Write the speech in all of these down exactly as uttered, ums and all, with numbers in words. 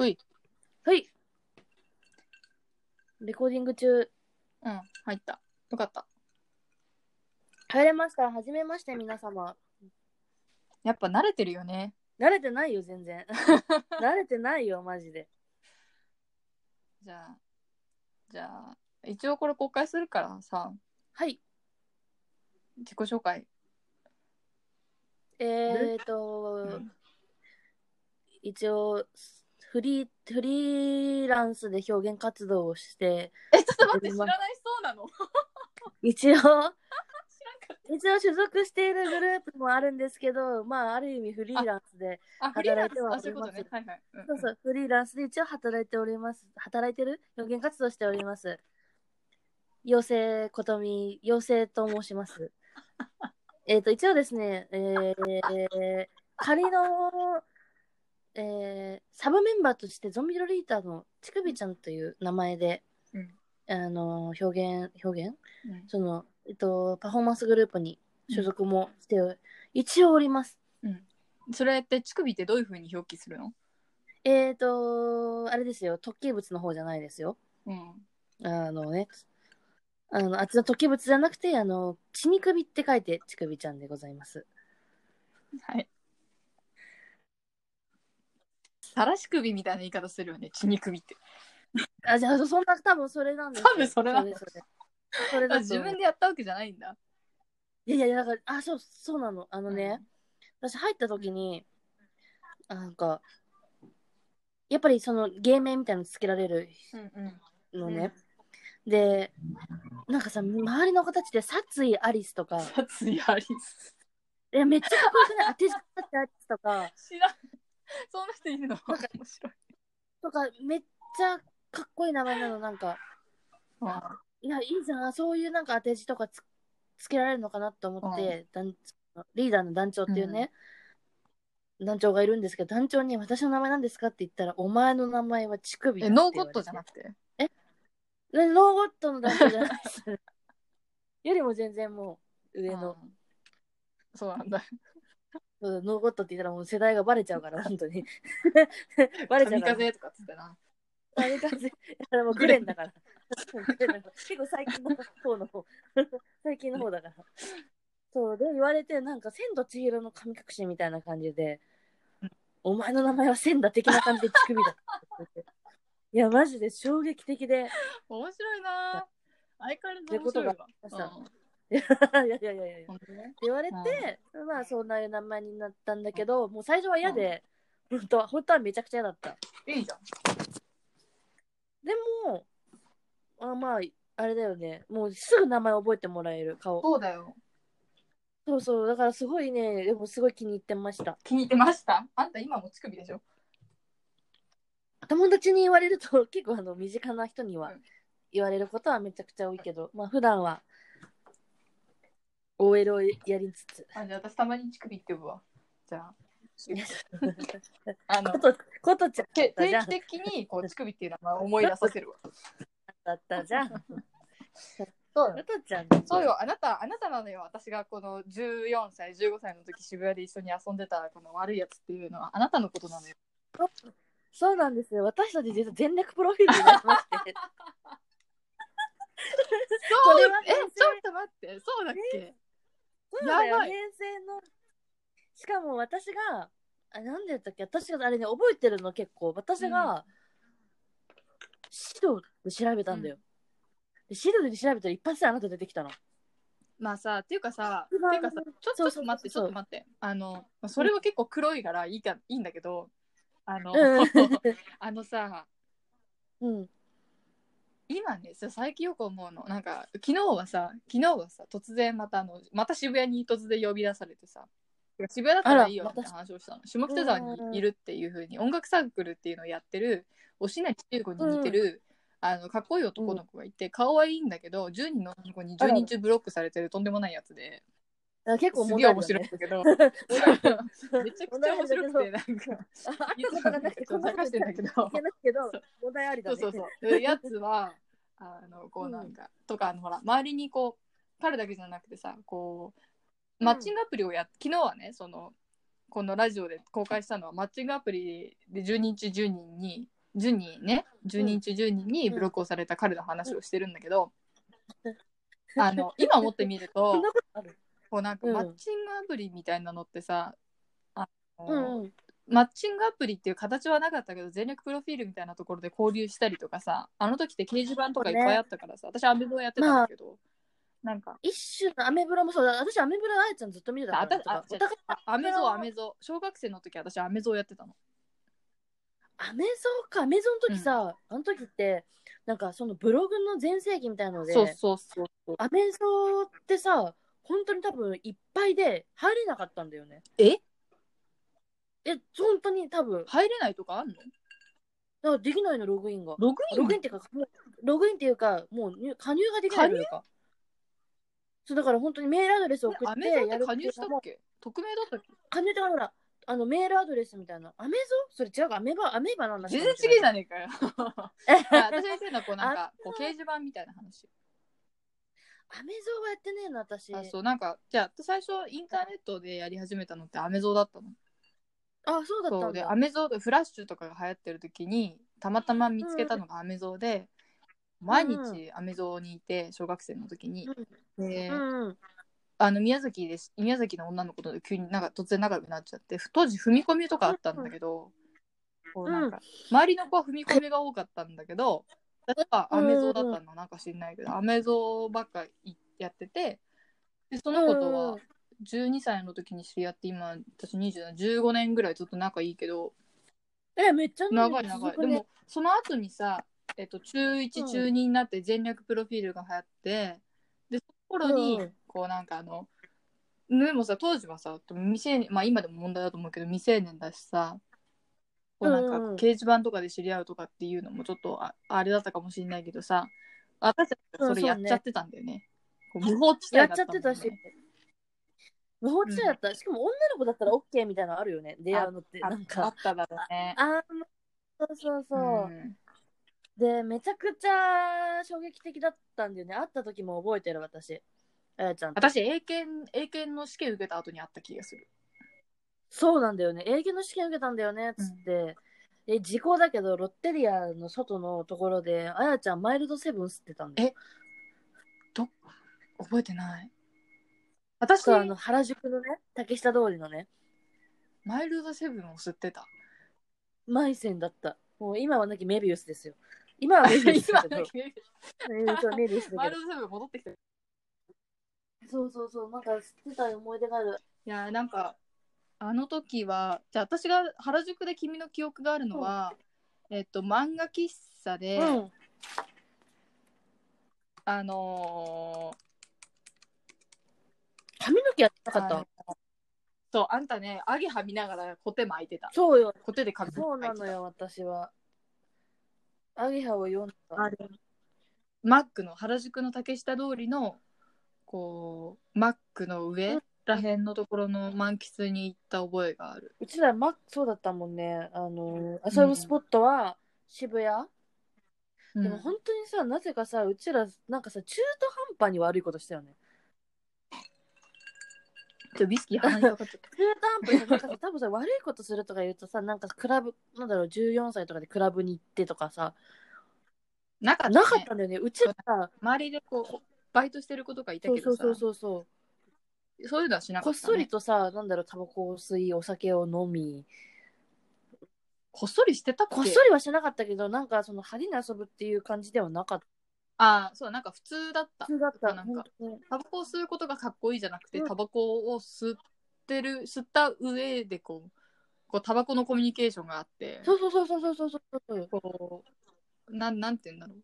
ほい。 はい。レコーディング中。 うん、入った。よかった。 入れました。はじめまして、皆様。 やっぱ慣れてるよね。 慣れてないよ、全然。慣れてないよ、マジで。 じゃあ、じゃあ、一応これ公開するからさ、 はい。 自己紹介。 えーと、 うん、 一応、フリー、フリーランスで表現活動をして、 え、ちょっと待って、知らないそうなの一応、 知らんかった。 一応所属しているグループもあるんですけど、まあ、ある意味フリーランスで働いてはおります。 あ、そういうことね。はいはい。うんうん、 そうそう、フリーランスで一応働いております。働いてる表現活動しております。妖精ことみ、妖精と申します。えっと、一応ですね、えー、仮の、えー、サブメンバーとしてゾンビロリータのちくびちゃんという名前で、 うん、 あの、表現、表現、 うん、 その、えっと、パフォーマンスグループに所属もして、うん、一応おります。 うん。それって乳首ってどういう風に表記するの？ えっと、あれですよ、突起物の方じゃないですよ。 うん。 あのね、あの、あっちの突起物じゃなくて、あの、血に首って書いて、ちくびちゃんでございます。 はい。さらし首みたいな言い方するよね、血に首って。 あ、じゃあ、そんな、多分それなんですよ。 多分それなの。 それそれ。それだと自思う。 分でやったわけじゃないんだ。 いやいや、だから、あ、そう、そうなの。あのね、 うん、 私入った時に、うん、なんか、やっぱりその芸名みたいなのつけられるのね。うん、で、なんかさ、周りの子たちで殺意アリスとか、 殺意アリス。 いや、めっちゃかっこよくない？当て字殺意アリスとか、 知らん。そんな人いるの？ なんか面白い。 とか、めっちゃかっこいい名前なの、なんか。いや、いいじゃん。そういうなんか当て字とか つ, つけられるのかなと思って、団リーダーの団長っていうね、うん、団長がいるんですけど、団長に私の名前なんですかって言ったら、お前の名前は乳首だって言われて。 え、ノーゴットじゃなくて？ えノーゴットの団長じゃないです。よりも全然もう上の。 そうなんだ。 ノーゴットって言ったらもう世代がバレちゃうから、本当に。バレちゃうから。 神風とかっつってな。 神風。いや、もうグレンだから。結構最近の方の方。最近の方だから。そうで言われて、なんか千と千尋の神隠しみたいな感じで、お前の名前は千だ的な感じで乳首だっていや、マジで衝撃的で。 面白いな。相変わらず面白いわ。 いやいやいやいやいや。って言われて、うん、まあそんな名前になったんだけど、もう最初は嫌で、うん、本当は本当はめちゃくちゃ嫌だった。 いいじゃん。 でも、あまああれだよね。もうすぐ名前覚えてもらえる顔。 そうだよ。 そうそう、だからすごいね、でもすごい気に入ってました。 気に入ってました？あんた今も乳首でしょ？ 友達に言われると結構あの身近な人には言われることはめちゃくちゃ多いけど、まあ普段は オーエル をやりつつ。 あ、じゃあ私たまに乳首って呼ぶわ。じゃあ。あのことことちゃん定期的にこう乳首っていう名前を思い出させるわ。 だったじゃん。 そうよ。 ちゃんそうよ。あなたあなたなのよ。私がこのじゅうよんさいじゅうごさいの時渋谷で一緒に遊んでたこの悪いやつっていうのはあなたのことなのよ。 そうなんですよ。私たち実は全略プロフィールになりまして。 そう、え、ちょっと待って、そうだっけ？ そうだよ、平成の。しかも私が、あ、なんでやったっけ、私があれね、覚えてるの結構、私が、シドで調べたんだよ。うん、でシドで調べたら一発であなた出てきたの。 まあさ、っていうかさ、っていうかさ、ちょ、ちょっと待って、ちょっと待って。あの、それは結構黒いからいいか、いいんだけど、あの、うん、あのさ、うん。今ね、最近よく思うの。なんか、昨日はさ、昨日はさ、突然またあの、また渋谷に突然呼び出されてさ、渋谷だったらいいよって話をしたの。下北沢にいるっていう風に、音楽サークルっていうのをやってる、おしなち千恵子に似てる、うん、あの、かっこいい男の子がいて、うん、顔はいいんだけど、じゅうにんの男の子にじゅうにん中ブロックされてるとんでもないやつで、結構すげえ面白いんだけど、めちゃくちゃ面白くて、なんか、いつもなんかちょっと茶化してんだけど、問題ありだね。そうそうそう。やつは、あの、こうなんか、うん、とか、あの、ほら、周りにこう、彼だけじゃなくてさ、こう、マッチングアプリをやっ、昨日はね、その、このラジオで公開したのは、マッチングアプリでじゅうにん中じゅうにんに、 じゅうにんね、じゅうにん中じゅうにんにブロックをされた彼の話をしてるんだけど、うん、あの今思ってみるとこうなんかマッチングアプリみたいなのってさ、あの、うん、マッチングアプリっていう形はなかったけど全力プロフィールみたいなところで交流したりとかさ、あの時って掲示板とかいっぱいあったからさ、ね、私アメブロやってたんだけど、まあなんか一種のアメブロもそうだ。私アメブロあやちゃんずっと見てたからとか。 ああアメゾーアメゾー小学生の時私アメゾーやってたの。 アメゾーかアメゾーの時さ、うん、あの時ってなんかそのブログの全盛期みたいなので、 そうそうそうそう、 アメゾーってさ本当に多分いっぱいで入れなかったんだよね。 ええ本当に多分入れないとかあんの？だからできないのログインが。 ログインログインっていうかログインっていうかもう加入ができないというか。そうだから本当にメールアドレスを送ってやる加入したっけ？匿名だったっけ？ 加入ってほらあのメールアドレスみたいな。アメゾそれ違うかアメバアメバなんだ。 全然違えじゃねえかよ。私が言ってるのはこうなんかこう掲示板みたいな話。 アメゾーはやってねえの私。 あそうなんかじゃあ最初インターネットでやり始めたのってアメゾーだったの。 あそうだったんだ。そうでアメゾーでフラッシュとかが流行ってる時にたまたま見つけたのがアメゾーで、うん、毎日アメゾーにいて小学生の時に、うん、で、うん、あの宮崎です宮崎の女の子と急になんか突然仲良くなっちゃって当時踏み込みとかあったんだけど、うん、こうなんか周りの子は踏み込みが多かったんだけど私はアメゾーだったのなんか知んないけどアメゾーばっかやっててでその子とはじゅうにさいの時に知り合って今私にじゅうなな、じゅうごねんぐらいずっと仲いいけどえめっちゃ長い長いでもその後にさ、えっと、中いち、中にになって全略プロフィールが流行ってでその頃にこうなんかあのでもさ当時はさ未成年まあ今でも問題だと思うけど未成年だしさこうなんか掲示板とかで知り合うとかっていうのもちょっと あ, あれだったかもしれないけどさ私たちそれやっちゃってたんだよね、うん、こう無法地帯だったもんね。やっちゃってたし無法地帯だった、うん、しかも女の子だったら OK みたいなのあるよね出会うのってなんかあっただろうね。 ああそうそうそう、うん、でめちゃくちゃ衝撃的だったんだよね。会った時も覚えてる私あやちゃんと。 私英検英検の試験受けた後に会った気がする。 そうなんだよね。英検の試験受けたんだよねっつって、うん、で時効だけどロッテリアの外のところであやちゃんマイルドセブン吸ってたんだよ。えど覚えてない。私あの原宿のね竹下通りのねマイルドセブンを吸ってた。 マイセンだった。もう今はなきメビウスですよ。今はメビウスだけどメビウスだけどマイルドセブン戻ってきてそうそうそうなんか吸ってた思い出がある。 いやなんかあの時はじゃあ私が原宿で君の記憶があるのは、うん、えっと漫画喫茶で、うん、あのー、髪の毛やってなかった。 そうあんたねアゲハ見ながらコテ巻いてた。 そうよコテで髪そうなのよ私はアゲハを読んだ。あれマックの原宿の竹下通りのこうマックの上、うんらへんのところの満喫に行った覚えがある。 うちらマックそうだったもんね。あの遊ぶスポットは渋谷、うん、でも本当にさなぜかさうちらなんかさ中途半端に悪いことしたよね。 ちょビスキー鼻にかかっちゃった。 中途半端にさ多分さ悪いことするとか言うとさなんかクラブなんだろうじゅうよんさいとかでクラブに行ってとかさなかった、ね、 なかったんだよね。うちら周りでこうバイトしてる子とかいたけどさそうそうそうそうそういうのはしなかった、ね、 こっそりとさなんだろうタバコを吸いお酒を飲みこっそりしてたっけ。 こっそりはしなかったけどなんかその派手に遊ぶっていう感じではなかった。 ああそうなんか普通だった普通だったなんかタバコを吸うことがかっこいいじゃなくて、うん、タバコを吸ってる吸った上でこうこうタバコのコミュニケーションがあってそうそうそうそうそうそうそうこうなんなんて言うんだろう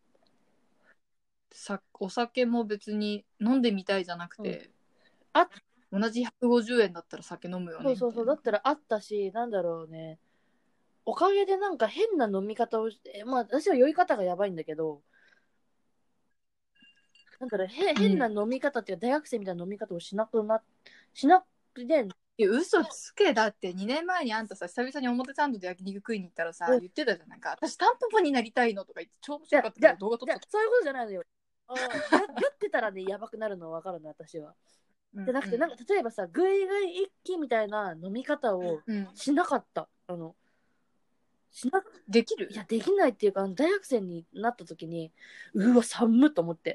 さお酒も別に飲んでみたいじゃなくて、うん、あ同じひゃくごじゅうえんだったら酒飲むよね。 そうそうそうだったらあったしなんだろうねおかげでなんか変な飲み方をしてまあ私は酔い方がやばいんだけどなんだろうへ変な飲み方っていうか、うん、大学生みたいな飲み方をしなくなしなくていや嘘つけだってにねんまえにあんたさ久々に表参道で焼肉食いに行ったらさ、うん、言ってたじゃんなんか私タンポポになりたいのとか言って超面白かったから動画撮った。 そういうことじゃないのよあややってたらねやばくなるの分かるの私はじゃなくて、なんか例えばさぐいぐい一気みたいな飲み方をしなかった、うん、あのしなできる？ いや、できないっていうか、大学生になった時に、うわ、寒っと思って。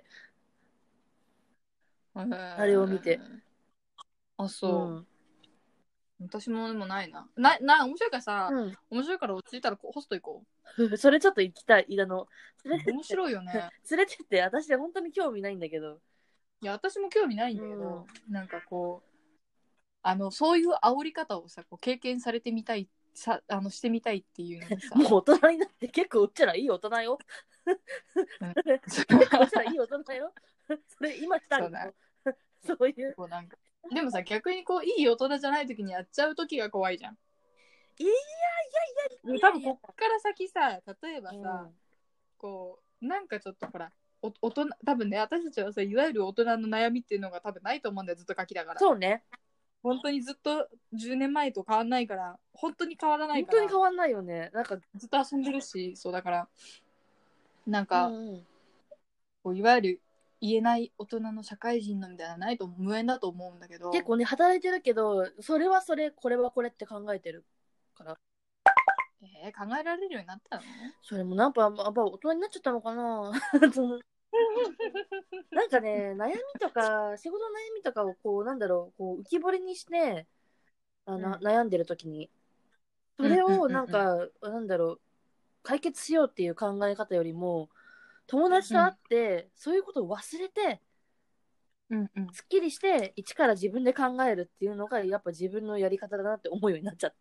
あれを見て。 あ、そう。うん、私もでもないな。な、な、面白いからさ、うん、面白いから落ち着いたらホスト行こう。それちょっと行きたい、あの、 面白いよね。 連れてって、私本当に興味ないんだけど。 いや、私も興味ないんだけど、うん、なんかこう、あの、そういう煽り方をさ、こう経験されてみたい、さ、あの、してみたいっていうのでさ。 もう大人になって結構うっちゃらいい大人よ。結構うっちゃらいい大人よ。それ今したんだよ。そういう。 こうなんかでもさ、逆にこう、いい大人じゃない時にやっちゃう時が怖いじゃん。 いやいやいやいや、多分こっから先さ、例えばさ、うん、こう、なんかちょっとほら、お大人、多分ね、私たちはさ、いわゆる大人の悩みっていうのが多分ないと思うんだよ、ずっとガキだから。 そうね。 本当にずっとじゅうねんまえと変わんないから、本当に変わらないから。 本当に変わんないよね。なんかずっと遊んでるし、そうだから、なんか、うんうん、こういわゆる言えない大人の社会人のみたいなないと無縁だと思うんだけど。 結構ね、働いてるけど、それはそれ、これはこれって考えてるから。 えー、考えられるようになったの？ それもなんか、やっぱ大人になっちゃったのかななんかね、悩みとか、仕事の悩みとかをこう、なんだろう、こう浮き彫りにして、あな、うん、悩んでる時に、それをなんか、うんうんうん、なんだろう、解決しようっていう考え方よりも、友達と会って、うん、そういうことを忘れて、うんうん、すっきりして、一から自分で考えるっていうのが、やっぱ自分のやり方だなって思うようになっちゃって。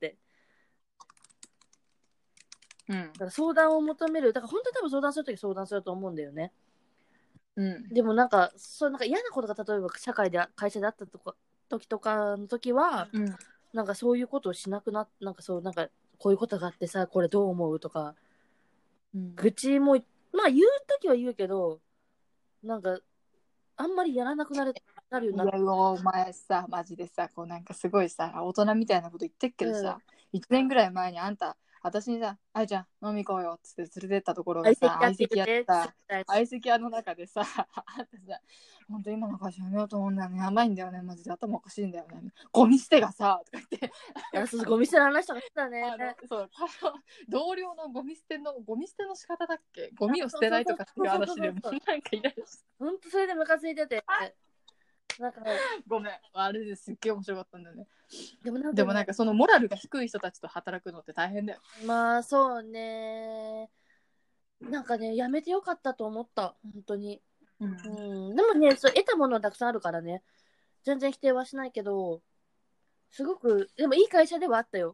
うん、だから相談を求める、だから本当に多分相談するとき相談すると思うんだよね。うん、でもなんか、そうなんか嫌なことが例えば社会で会社であったとか時とかの時は、うん、なんかそういうことをしなくなっなんかそうなんかこういうことがあってさこれどう思うとか、うん、愚痴もまあ言う時は言うけどなんかあんまりやらなくなるなるようになって。 いやお前さマジでさこうなんかすごいさ大人みたいなこと言ってっけどさ、うん、いちねんぐらい前にあんた私にさ、あいちゃん飲み行こうよっつって連れてったところがさ、相席屋ってさ、相席屋の中でさ、あんたさ、ほんと今の会社やめようと思うんだよね、やばいんだよね、マジで頭おかしいんだよね、ゴミ捨てがさ、とか言って。 あ、そうゴミ捨ての話とかしたね。 そう、同僚のゴミ捨ての、ゴミ捨ての仕方だっけ、ゴミを捨てないとかっていう話でもなんかイライラして。 ほんとそれでムカついてて。なんかごめん、あれですっげえ面白かったんだよね。でもなんか、ね、でもなんかそのモラルが低い人たちと働くのって大変だよ。 まあそうね。なんかね、やめてよかったと思った、本当に。うん、うん、でもね、そう得たものはたくさんあるからね、全然否定はしないけど、すごく、でもいい会社ではあったよ。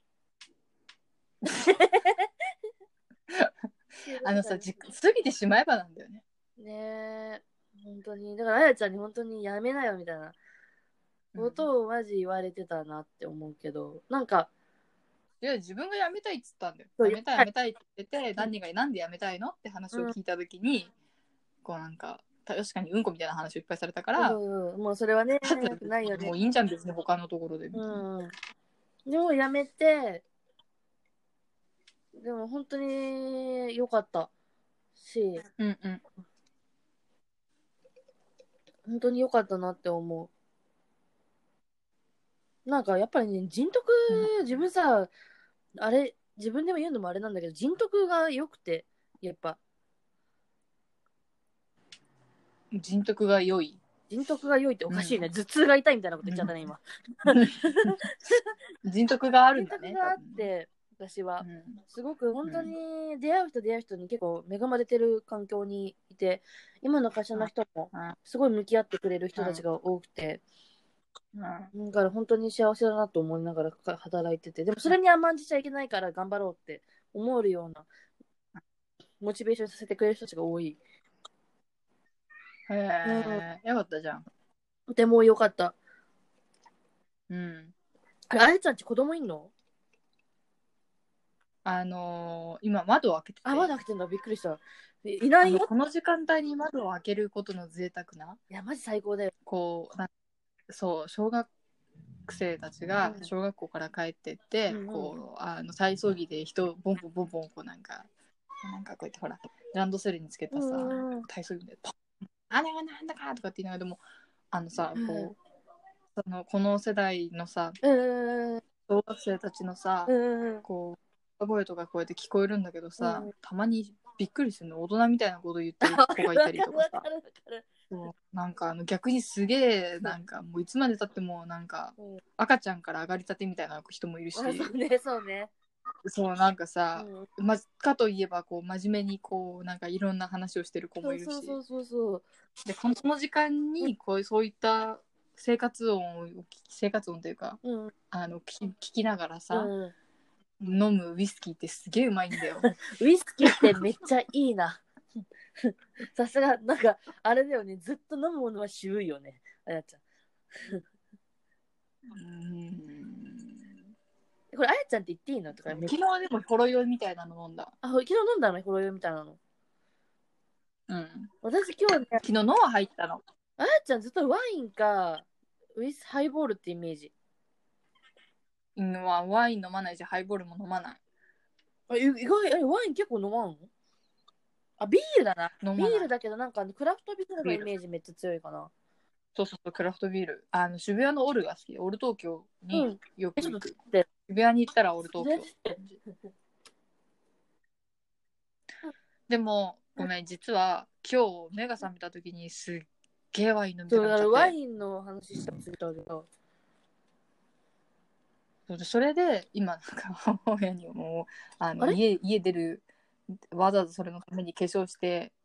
あのさ、じ過ぎてしまえばなんだよね。 ねえ、本当に。だから、あやちゃんに本当にやめなよみたいなことをマジ言われてたなって思うけど、うん、なんか、 いや、自分が辞めたいっつったんだよ。辞めたい、辞めたいって言ってて、何が、なんで辞めたいのって話を聞いたときに、うん、こうなんか、確かにうんこみたいな話をいっぱいされたから、 うんうん、もうそれはね、よくないよね。 もういいんじゃんですね、他のところで。 うん。でも辞めて、でも本当に良かったし、うんうん。本当に良かったなって思う。なんかやっぱりね、人徳、うん、自分さ、あれ、自分でも言うのもあれなんだけど、人徳が良くて、やっぱ。 人徳が良い。 人徳が良いっておかしいね。うん、頭痛が痛いみたいなこと言っちゃったね、今。 人徳があるんだね。 人徳があって、私は、うん、すごく本当に出会う人出会う人に結構恵まれてる環境にいて、今の会社の人もすごい向き合ってくれる人たちが多くて、うん、だから本当に幸せだなと思いながら働いてて、でもそれに甘んじちゃいけないから頑張ろうって思えるようなモチベーションさせてくれる人たちが多い。 へえ、うん、よかったじゃん。 とてもよかった。 うん。 あれ、あやちゃんち子供いんの？ あのー、今窓を開けてて。 あ、窓開けてんだ。びっくりした。いないよ。 この時間帯に窓を開けることの贅沢な。 いや、マジ最高だよ。 こう、なそう、小学生たちが小学校から帰ってって、うん、こう、あの、体操着で人、ボンボンボンボン、こうなんか、なんかこうやってほら、ランドセルにつけたさ、うん、体操着で、ポン、あれはなんだかとかって言いながら、でも、あのさ、こう、そのこの世代のさ、うん、小学生たちのさ、うん、こう声とかこうやって聞こえるんだけどさ、 うんたまにびっくりするの。大人みたいなこと言ってる子がいたりとかさ。そうなんかあの逆にすげえなんかもういつまでたってもなんかうん赤ちゃんから上がりたてみたいな人もいるし、 あそうね、そうね。 そうなんかさ、 うんま、かといえばこう真面目にこうなんかいろんな話をしてる子もいるし、 そうそうそうそう。 でこのその時間にこうそういった生活音を生活音というか、 うんあの聞聞きながらさ、 うん、 飲むウイスキーってすげえうまいんだよ。 ウイスキーってめっちゃいいな。さすが、なんか、あれだよね、ずっと飲むものは渋いよね、あやちゃん。 うーんこれ、あやちゃんって言っていいのとか、 昨日でもほろ酔いみたいなの飲んだ。 あ、昨日飲んだの、ほろ酔いみたいなの。 うん。 私今日ね、 昨日のは入ったの。 あやちゃんずっとワインか、ウイスハイボールってイメージ。 犬はワイン飲まないし、ハイボールも飲まない。 あ、意外、えワイン結構飲まんの？あ、ビールだな。 飲まないビールだけど、なんかクラフトビールのイメージめっちゃ強いかな。 そうそうそう、クラフトビール。あの、渋谷のオルが好き。オル東京によく行く。 うん、 渋谷に行ったらオル東京。でも、ごめん、実は今日目が覚めた時にすっげえワイン飲みたくなっちゃって。 そう、ワインの話したら次だよ。 それで今なんか母親にもあのあれ家家出るわざわざそれのために化粧して